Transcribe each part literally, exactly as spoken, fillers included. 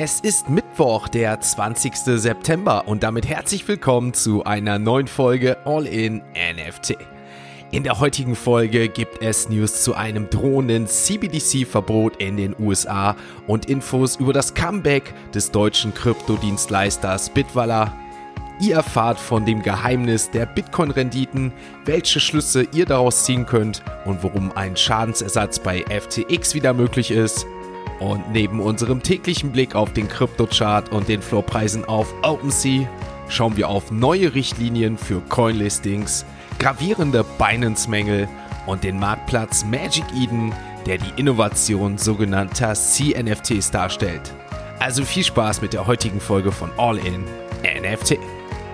Es ist Mittwoch, der zwanzigster September und damit herzlich willkommen zu einer neuen Folge All in N F T. In der heutigen Folge gibt es News zu einem drohenden C B D C-Verbot in den U S A und Infos über das Comeback des deutschen Kryptodienstleisters Bitwala. Ihr erfahrt von dem Geheimnis der Bitcoin-Renditen, welche Schlüsse ihr daraus ziehen könnt und warum ein Schadensersatz bei F T X wieder möglich ist. Und neben unserem täglichen Blick auf den Kryptochart und den Floorpreisen auf OpenSea schauen wir auf neue Richtlinien für Coinlistings, gravierende Binance-Mängel und den Marktplatz Magic Eden, der die Innovation sogenannter C N F Ts darstellt. Also viel Spaß mit der heutigen Folge von All in N F T.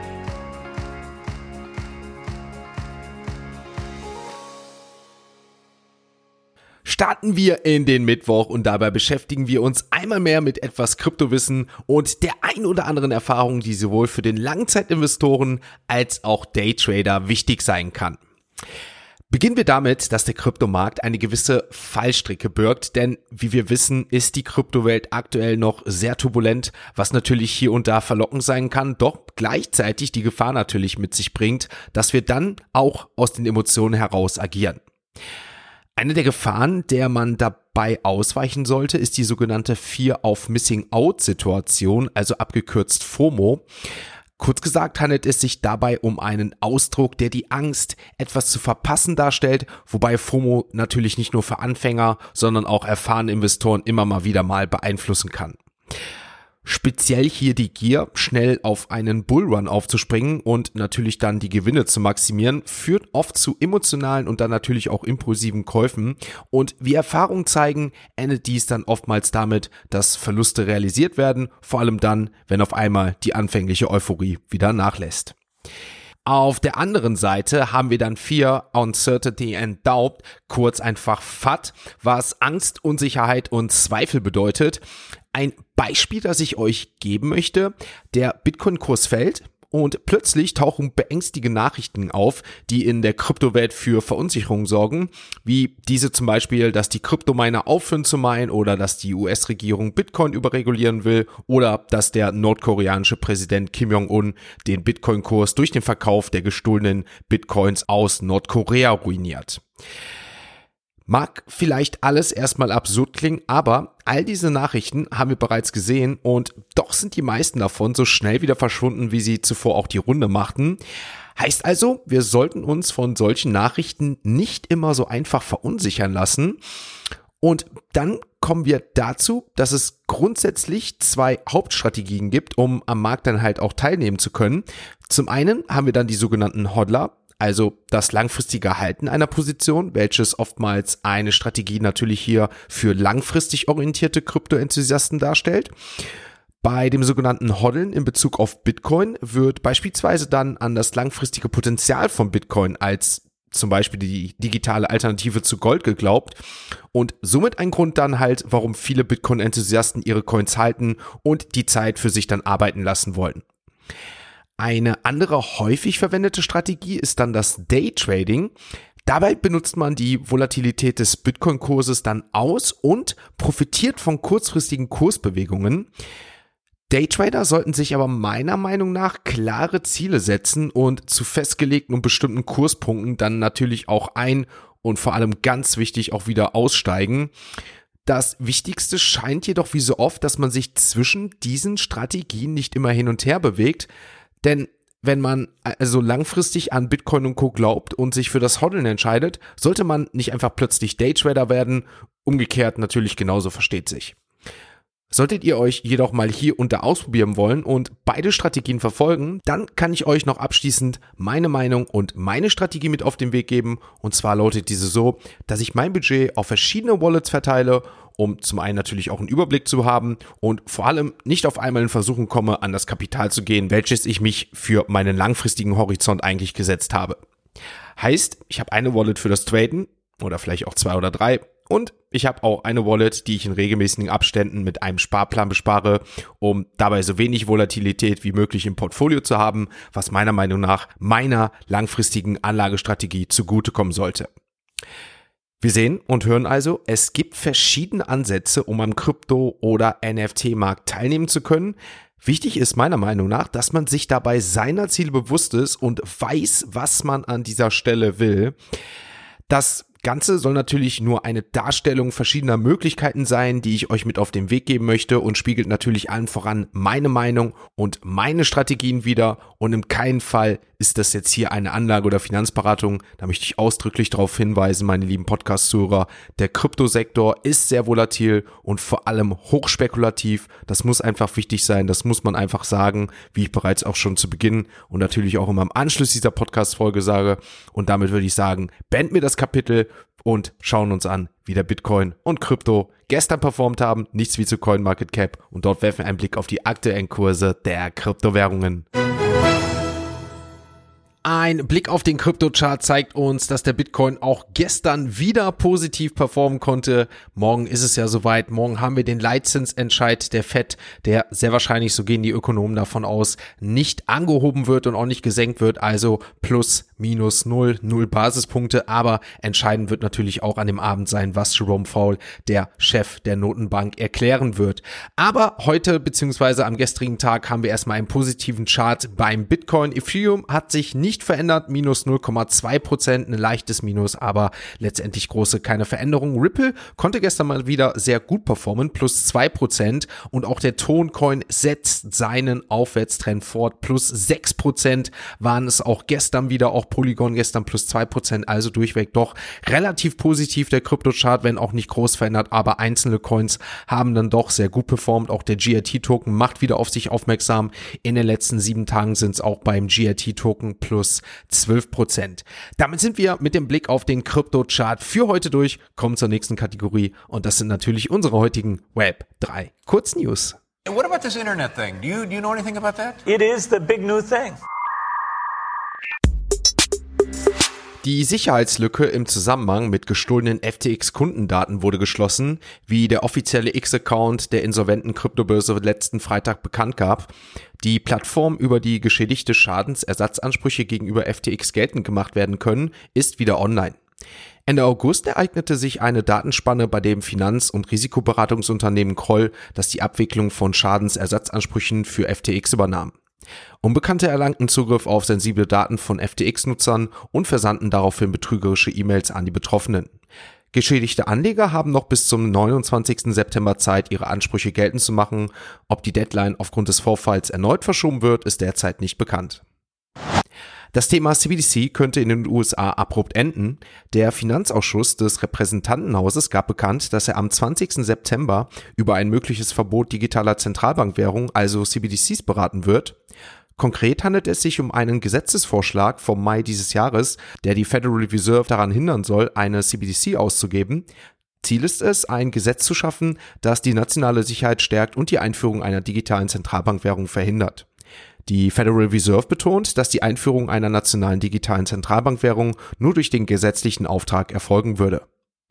Starten wir in den Mittwoch und dabei beschäftigen wir uns einmal mehr mit etwas Kryptowissen und der ein oder anderen Erfahrung, die sowohl für den Langzeitinvestoren als auch Daytrader wichtig sein kann. Beginnen wir damit, dass der Kryptomarkt eine gewisse Fallstricke birgt, denn wie wir wissen, ist die Kryptowelt aktuell noch sehr turbulent, was natürlich hier und da verlockend sein kann, doch gleichzeitig die Gefahr natürlich mit sich bringt, dass wir dann auch aus den Emotionen heraus agieren. Eine der Gefahren, der man dabei ausweichen sollte, ist die sogenannte Fear of Missing Out Situation, also abgekürzt FOMO. Kurz gesagt handelt es sich dabei um einen Ausdruck, der die Angst, etwas zu verpassen darstellt, wobei FOMO natürlich nicht nur für Anfänger, sondern auch erfahrene Investoren immer mal wieder mal beeinflussen kann. Speziell hier die Gier, schnell auf einen Bullrun aufzuspringen und natürlich dann die Gewinne zu maximieren, führt oft zu emotionalen und dann natürlich auch impulsiven Käufen. Und wie Erfahrungen zeigen, endet dies dann oftmals damit, dass Verluste realisiert werden, vor allem dann, wenn auf einmal die anfängliche Euphorie wieder nachlässt. Auf der anderen Seite haben wir dann Fear, Uncertainty and Doubt, kurz einfach F A T, was Angst, Unsicherheit und Zweifel bedeutet. Ein Beispiel, das ich euch geben möchte: Der Bitcoin-Kurs fällt und plötzlich tauchen beängstigende Nachrichten auf, die in der Kryptowelt für Verunsicherung sorgen, wie diese zum Beispiel, dass die Kryptominer aufhören zu meinen oder dass die U S-Regierung Bitcoin überregulieren will oder dass der nordkoreanische Präsident Kim Jong-un den Bitcoin-Kurs durch den Verkauf der gestohlenen Bitcoins aus Nordkorea ruiniert. Mag vielleicht alles erstmal absurd klingen, aber all diese Nachrichten haben wir bereits gesehen und doch sind die meisten davon so schnell wieder verschwunden, wie sie zuvor auch die Runde machten. Heißt also, wir sollten uns von solchen Nachrichten nicht immer so einfach verunsichern lassen. Und dann kommen wir dazu, dass es grundsätzlich zwei Hauptstrategien gibt, um am Markt dann halt auch teilnehmen zu können. Zum einen haben wir dann die sogenannten Hodler, also das langfristige Halten einer Position, welches oftmals eine Strategie natürlich hier für langfristig orientierte Krypto-Enthusiasten darstellt. Bei dem sogenannten Hoddeln in Bezug auf Bitcoin wird beispielsweise dann an das langfristige Potenzial von Bitcoin als zum Beispiel die digitale Alternative zu Gold geglaubt und somit ein Grund dann halt, warum viele Bitcoin-Enthusiasten ihre Coins halten und die Zeit für sich dann arbeiten lassen wollen. Eine andere häufig verwendete Strategie ist dann das Daytrading. Dabei benutzt man die Volatilität des Bitcoin-Kurses dann aus und profitiert von kurzfristigen Kursbewegungen. Daytrader sollten sich aber meiner Meinung nach klare Ziele setzen und zu festgelegten und bestimmten Kurspunkten dann natürlich auch ein und vor allem ganz wichtig auch wieder aussteigen. Das Wichtigste scheint jedoch wie so oft, dass man sich zwischen diesen Strategien nicht immer hin und her bewegt. Denn wenn man also langfristig an Bitcoin und Co. glaubt und sich für das Hoddeln entscheidet, sollte man nicht einfach plötzlich Daytrader werden. Umgekehrt natürlich genauso, versteht sich. Solltet ihr euch jedoch mal hier und da ausprobieren wollen und beide Strategien verfolgen, dann kann ich euch noch abschließend meine Meinung und meine Strategie mit auf den Weg geben. Und zwar lautet diese so, dass ich mein Budget auf verschiedene Wallets verteile, um zum einen natürlich auch einen Überblick zu haben und vor allem nicht auf einmal in Versuchung komme, an das Kapital zu gehen, welches ich mich für meinen langfristigen Horizont eigentlich gesetzt habe. Heißt, ich habe eine Wallet für das Traden oder vielleicht auch zwei oder drei und ich habe auch eine Wallet, die ich in regelmäßigen Abständen mit einem Sparplan bespare, um dabei so wenig Volatilität wie möglich im Portfolio zu haben, was meiner Meinung nach meiner langfristigen Anlagestrategie zugutekommen sollte. Wir sehen und hören also, es gibt verschiedene Ansätze, um am Krypto- oder N F T-Markt teilnehmen zu können. Wichtig ist meiner Meinung nach, dass man sich dabei seiner Ziele bewusst ist und weiß, was man an dieser Stelle will. Das Ganze soll natürlich nur eine Darstellung verschiedener Möglichkeiten sein, die ich euch mit auf den Weg geben möchte und spiegelt natürlich allen voran meine Meinung und meine Strategien wider und in keinem Fall ist das jetzt hier eine Anlage- oder Finanzberatung. Da möchte ich ausdrücklich darauf hinweisen, meine lieben Podcast-Zuhörer, der Kryptosektor ist sehr volatil und vor allem hochspekulativ. Das muss einfach wichtig sein, das muss man einfach sagen, wie ich bereits auch schon zu Beginn und natürlich auch immer im Anschluss dieser Podcast-Folge sage. Und damit würde ich sagen, beenden wir das Kapitel und schauen uns an, wie der Bitcoin und Krypto gestern performt haben. Nichts wie zu CoinMarketCap und dort werfen wir einen Blick auf die aktuellen Kurse der Kryptowährungen. Ein Blick auf den Kryptochart zeigt uns, dass der Bitcoin auch gestern wieder positiv performen konnte. Morgen ist es ja soweit. Morgen haben wir den Leitzinsentscheid der Fed, der sehr wahrscheinlich, so gehen die Ökonomen davon aus, nicht angehoben wird und auch nicht gesenkt wird. Also plus, minus null, null Basispunkte. Aber entscheidend wird natürlich auch an dem Abend sein, was Jerome Powell, der Chef der Notenbank, erklären wird. Aber heute beziehungsweise am gestrigen Tag haben wir erstmal einen positiven Chart beim Bitcoin. Ethereum hat sich nicht verändert, minus null Komma zwei Prozent, ein leichtes Minus, aber letztendlich große keine Veränderung. Ripple konnte gestern mal wieder sehr gut performen, plus zwei Prozent und auch der Toncoin setzt seinen Aufwärtstrend fort, plus sechs Prozent waren es auch gestern wieder, auch Polygon gestern plus zwei Prozent, also durchweg doch relativ positiv der Kryptochart, wenn auch nicht groß verändert, aber einzelne Coins haben dann doch sehr gut performt, auch der G R T-Token macht wieder auf sich aufmerksam, in den letzten sieben Tagen sind es auch beim G R T-Token plus zwölf Prozent. Damit sind wir mit dem Blick auf den Kryptochart für heute durch, kommen zur nächsten Kategorie und das sind natürlich unsere heutigen Web drei Kurznews. What about this internet thing? Do you, do you know anything about that? It is the big new thing. Die Sicherheitslücke im Zusammenhang mit gestohlenen F T X-Kundendaten wurde geschlossen, wie der offizielle X-Account der insolventen Kryptobörse letzten Freitag bekannt gab. Die Plattform, über die geschädigte Schadensersatzansprüche gegenüber F T X geltend gemacht werden können, ist wieder online. Ende August ereignete sich eine Datenspanne, bei dem Finanz- und Risikoberatungsunternehmen Kroll, das die Abwicklung von Schadensersatzansprüchen für F T X übernahm. Unbekannte erlangten Zugriff auf sensible Daten von F T X-Nutzern und versandten daraufhin betrügerische E-Mails an die Betroffenen. Geschädigte Anleger haben noch bis zum neunundzwanzigsten September Zeit, ihre Ansprüche geltend zu machen. Ob die Deadline aufgrund des Vorfalls erneut verschoben wird, ist derzeit nicht bekannt. Das Thema C B D C könnte in den U S A abrupt enden. Der Finanzausschuss des Repräsentantenhauses gab bekannt, dass er am zwanzigsten September über ein mögliches Verbot digitaler Zentralbankwährungen, also C B D Cs, beraten wird. Konkret handelt es sich um einen Gesetzesvorschlag vom Mai dieses Jahres, der die Federal Reserve daran hindern soll, eine C B D C auszugeben. Ziel ist es, ein Gesetz zu schaffen, das die nationale Sicherheit stärkt und die Einführung einer digitalen Zentralbankwährung verhindert. Die Federal Reserve betont, dass die Einführung einer nationalen digitalen Zentralbankwährung nur durch den gesetzlichen Auftrag erfolgen würde.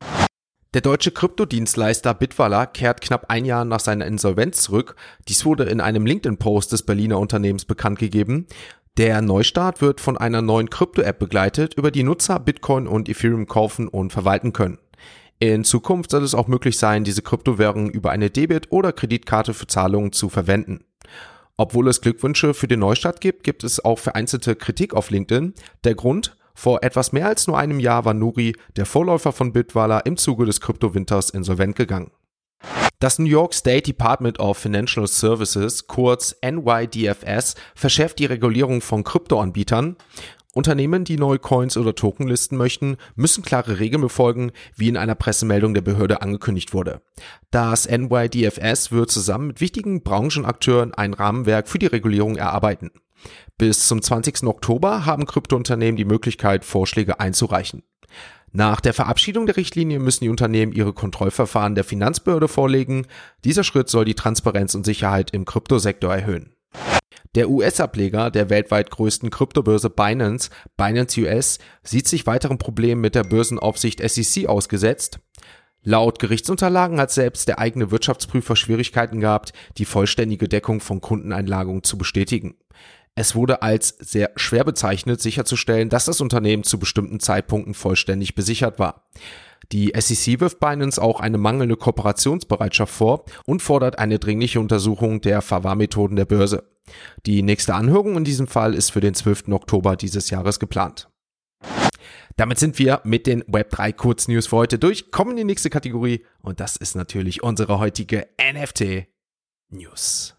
Der deutsche Kryptodienstleister Bitwala kehrt knapp ein Jahr nach seiner Insolvenz zurück. Dies wurde in einem LinkedIn-Post des Berliner Unternehmens bekannt gegeben. Der Neustart wird von einer neuen Krypto-App begleitet, über die Nutzer Bitcoin und Ethereum kaufen und verwalten können. In Zukunft soll es auch möglich sein, diese Kryptowährungen über eine Debit- oder Kreditkarte für Zahlungen zu verwenden. Obwohl es Glückwünsche für den Neustart gibt, gibt es auch vereinzelte Kritik auf LinkedIn. Der Grund? Vor etwas mehr als nur einem Jahr war Nuri, der Vorläufer von Bitwala, im Zuge des Kryptowinters insolvent gegangen. Das New York State Department of Financial Services, kurz N Y D F S, verschärft die Regulierung von Kryptoanbietern. Unternehmen, die neue Coins oder Token listen möchten, müssen klare Regeln befolgen, wie in einer Pressemeldung der Behörde angekündigt wurde. Das N Y D F S wird zusammen mit wichtigen Branchenakteuren ein Rahmenwerk für die Regulierung erarbeiten. Bis zum zwanzigsten Oktober haben Kryptounternehmen die Möglichkeit, Vorschläge einzureichen. Nach der Verabschiedung der Richtlinie müssen die Unternehmen ihre Kontrollverfahren der Finanzbehörde vorlegen. Dieser Schritt soll die Transparenz und Sicherheit im Kryptosektor erhöhen. Der U S-Ableger der weltweit größten Kryptobörse Binance, Binance U S, sieht sich weiteren Problemen mit der Börsenaufsicht S E C ausgesetzt. Laut Gerichtsunterlagen hat selbst der eigene Wirtschaftsprüfer Schwierigkeiten gehabt, die vollständige Deckung von Kundeneinlagungen zu bestätigen. Es wurde als sehr schwer bezeichnet, sicherzustellen, dass das Unternehmen zu bestimmten Zeitpunkten vollständig besichert war. Die S E C wirft Binance auch eine mangelnde Kooperationsbereitschaft vor und fordert eine dringliche Untersuchung der Verwahrmethoden der Börse. Die nächste Anhörung in diesem Fall ist für den zwölften Oktober dieses Jahres geplant. Damit sind wir mit den Web drei Kurznews für heute durch, kommen in die nächste Kategorie und das ist natürlich unsere heutige N F T News.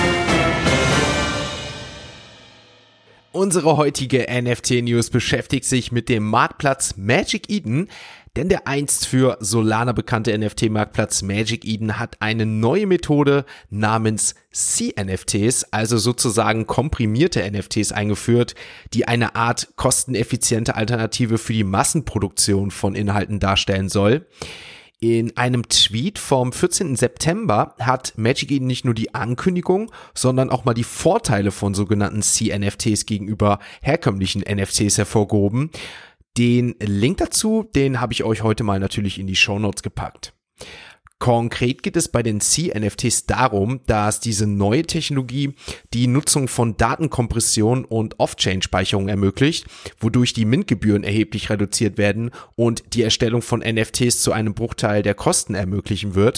Unsere heutige N F T News beschäftigt sich mit dem Marktplatz Magic Eden, denn der einst für Solana bekannte N F T-Marktplatz Magic Eden hat eine neue Methode namens C N F Ts, also sozusagen komprimierte N F Ts eingeführt, die eine Art kosteneffiziente Alternative für die Massenproduktion von Inhalten darstellen soll. In einem Tweet vom vierzehnten September hat Magic Eden nicht nur die Ankündigung, sondern auch mal die Vorteile von sogenannten C N F Ts gegenüber herkömmlichen N F Ts hervorgehoben. Den Link dazu, den habe ich euch heute mal natürlich in die Shownotes gepackt. Konkret geht es bei den C N F Ts darum, dass diese neue Technologie die Nutzung von Datenkompression und Off-Chain-Speicherung ermöglicht, wodurch die Mintgebühren erheblich reduziert werden und die Erstellung von N F Ts zu einem Bruchteil der Kosten ermöglichen wird.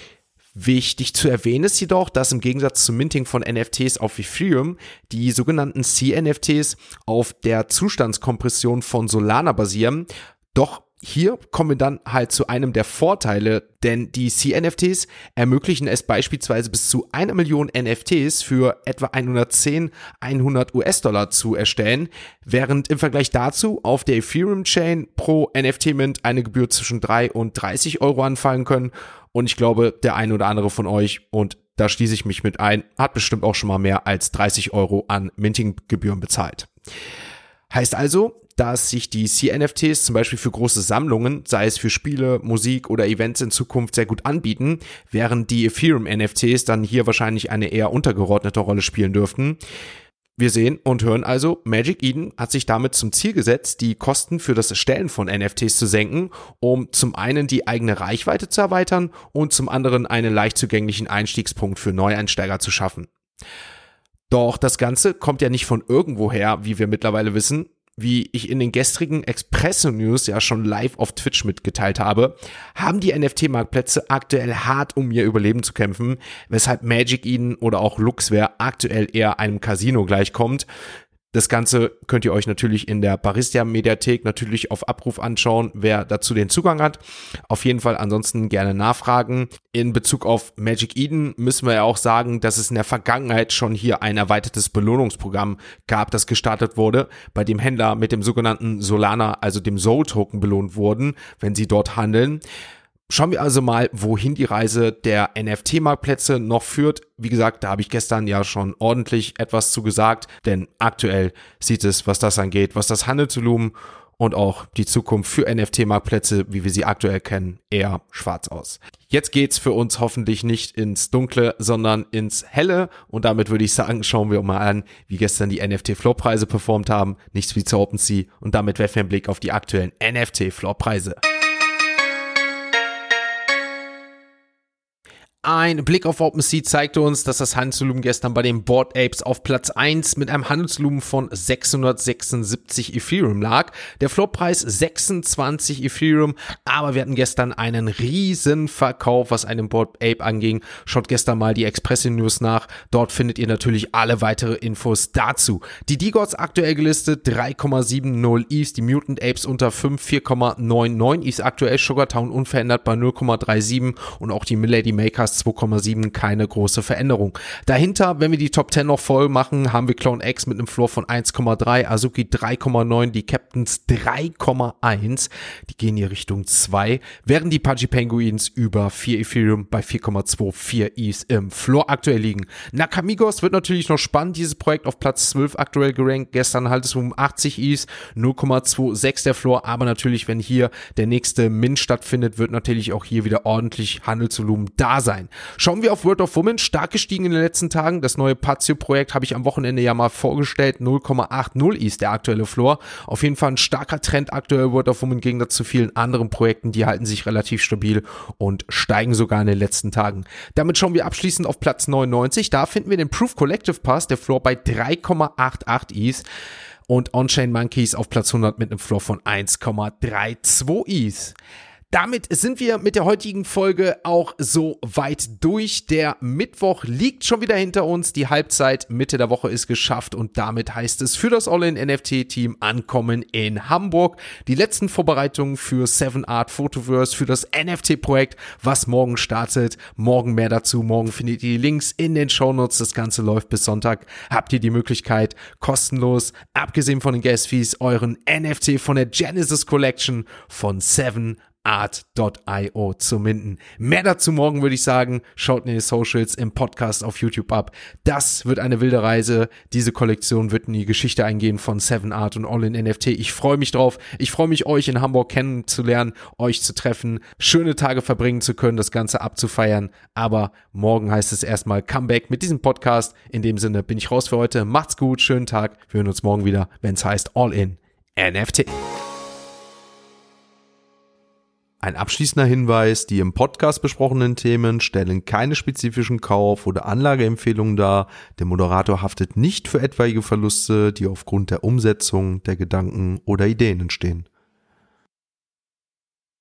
Wichtig zu erwähnen ist jedoch, dass im Gegensatz zum Minting von N F Ts auf Ethereum die sogenannten C N F Ts auf der Zustandskompression von Solana basieren, doch hier kommen wir dann halt zu einem der Vorteile, denn die C N F Ts ermöglichen es beispielsweise bis zu einer Million N F Ts für etwa hundertzehn, hundert US-Dollar zu erstellen, während im Vergleich dazu auf der Ethereum-Chain pro N F T-Mint eine Gebühr zwischen drei und dreißig Euro anfallen können. Und ich glaube, der ein oder andere von euch, und da schließe ich mich mit ein, hat bestimmt auch schon mal mehr als dreißig Euro an Minting-Gebühren bezahlt. Heißt also, dass sich die C N F Ts zum Beispiel für große Sammlungen, sei es für Spiele, Musik oder Events in Zukunft sehr gut anbieten, während die Ethereum N F Ts dann hier wahrscheinlich eine eher untergeordnete Rolle spielen dürften. Wir sehen und hören also, Magic Eden hat sich damit zum Ziel gesetzt, die Kosten für das Erstellen von N F Ts zu senken, um zum einen die eigene Reichweite zu erweitern und zum anderen einen leicht zugänglichen Einstiegspunkt für Neueinsteiger zu schaffen. Doch das Ganze kommt ja nicht von irgendwoher, wie wir mittlerweile wissen. Wie ich in den gestrigen Expresso News ja schon live auf Twitch mitgeteilt habe, haben die N F T-Marktplätze aktuell hart um ihr Überleben zu kämpfen, weshalb Magic Eden oder auch Luxware aktuell eher einem Casino gleichkommt. Das Ganze könnt ihr euch natürlich in der Baristia-Mediathek natürlich auf Abruf anschauen, wer dazu den Zugang hat. Auf jeden Fall ansonsten gerne nachfragen. In Bezug auf Magic Eden müssen wir ja auch sagen, dass es in der Vergangenheit schon hier ein erweitertes Belohnungsprogramm gab, das gestartet wurde, bei dem Händler mit dem sogenannten Solana, also dem Soul-Token, belohnt wurden, wenn sie dort handeln. Schauen wir also mal, wohin die Reise der N F T-Marktplätze noch führt. Wie gesagt, da habe ich gestern ja schon ordentlich etwas zu gesagt, denn aktuell sieht es, was das angeht, was das Handelsvolumen und auch die Zukunft für N F T-Marktplätze, wie wir sie aktuell kennen, eher schwarz aus. Jetzt geht's für uns hoffentlich nicht ins Dunkle, sondern ins Helle und damit würde ich sagen, schauen wir mal an, wie gestern die N F T-Floorpreise performt haben, nichts wie zur OpenSea und damit werfen wir einen Blick auf die aktuellen N F T-Floorpreise. Ein Blick auf OpenSea zeigte uns, dass das Handelsvolumen gestern bei den Bored Apes auf Platz eins mit einem Handelsvolumen von sechshundertsechsundsiebzig Ethereum lag. Der Floorpreis sechsundzwanzig Ethereum, aber wir hatten gestern einen riesen Verkauf, was einen Bored Ape anging. Schaut gestern mal die Expresso News nach, dort findet ihr natürlich alle weitere Infos dazu. Die D-Gods aktuell gelistet drei Komma sieben null E T H, die Mutant Apes unter fünf, vier Komma neun neun E T H aktuell, Sugartown unverändert bei null Komma drei sieben und auch die Milady Makers zwei Komma sieben, keine große Veränderung. Dahinter, wenn wir die Top zehn noch voll machen, haben wir Clone X mit einem Floor von eins Komma drei, Azuki drei Komma neun, die Captains drei Komma eins, die gehen hier Richtung zwei, während die Pudgy Penguins über vier Ethereum bei vier Komma vierundzwanzig E T H im Floor aktuell liegen. Nakamigos wird natürlich noch spannend, dieses Projekt auf Platz zwölf aktuell gerankt, gestern halt es um achtzig E T H, null Komma sechsundzwanzig der Floor, aber natürlich, wenn hier der nächste Mint stattfindet, wird natürlich auch hier wieder ordentlich Handelsvolumen da sein. sein. Schauen wir auf World of Women, stark gestiegen in den letzten Tagen. Das neue Pazio-Projekt habe ich am Wochenende ja mal vorgestellt, null Komma achtzig ist der aktuelle Floor. Auf jeden Fall ein starker Trend aktuell World of Women im Gegensatz zu vielen anderen Projekten, die halten sich relativ stabil und steigen sogar in den letzten Tagen. Damit schauen wir abschließend auf Platz neunundneunzig. Da finden wir den Proof Collective Pass, der Floor bei drei Komma achtzig Is. Und On-Chain Monkeys auf Platz hundert mit einem Floor von eins Komma zweiunddreißig Is. Damit sind wir mit der heutigen Folge auch so weit durch. Der Mittwoch liegt schon wieder hinter uns. Die Halbzeit Mitte der Woche ist geschafft und damit heißt es für das All-in-N F T-Team Ankommen in Hamburg. Die letzten Vorbereitungen für Seven Art Photoverse, für das N F T-Projekt, was morgen startet. Morgen mehr dazu. Morgen findet ihr die Links in den Shownotes. Das Ganze läuft bis Sonntag. Habt ihr die Möglichkeit, kostenlos, abgesehen von den Gas-Fees, euren N F T von der Genesis Collection von Seven Art Punkt io zu minden. Mehr dazu morgen, würde ich sagen. Schaut in die Socials, im Podcast auf YouTube ab. Das wird eine wilde Reise. Diese Kollektion wird in die Geschichte eingehen von Seven Art und All-in-N F T. Ich freue mich drauf. Ich freue mich, euch in Hamburg kennenzulernen, euch zu treffen, schöne Tage verbringen zu können, das Ganze abzufeiern. Aber morgen heißt es erstmal Comeback mit diesem Podcast. In dem Sinne bin ich raus für heute. Macht's gut, schönen Tag. Wir hören uns morgen wieder, wenn es heißt All-in-N F T. Ein abschließender Hinweis, die im Podcast besprochenen Themen stellen keine spezifischen Kauf- oder Anlageempfehlungen dar. Der Moderator haftet nicht für etwaige Verluste, die aufgrund der Umsetzung der Gedanken oder Ideen entstehen.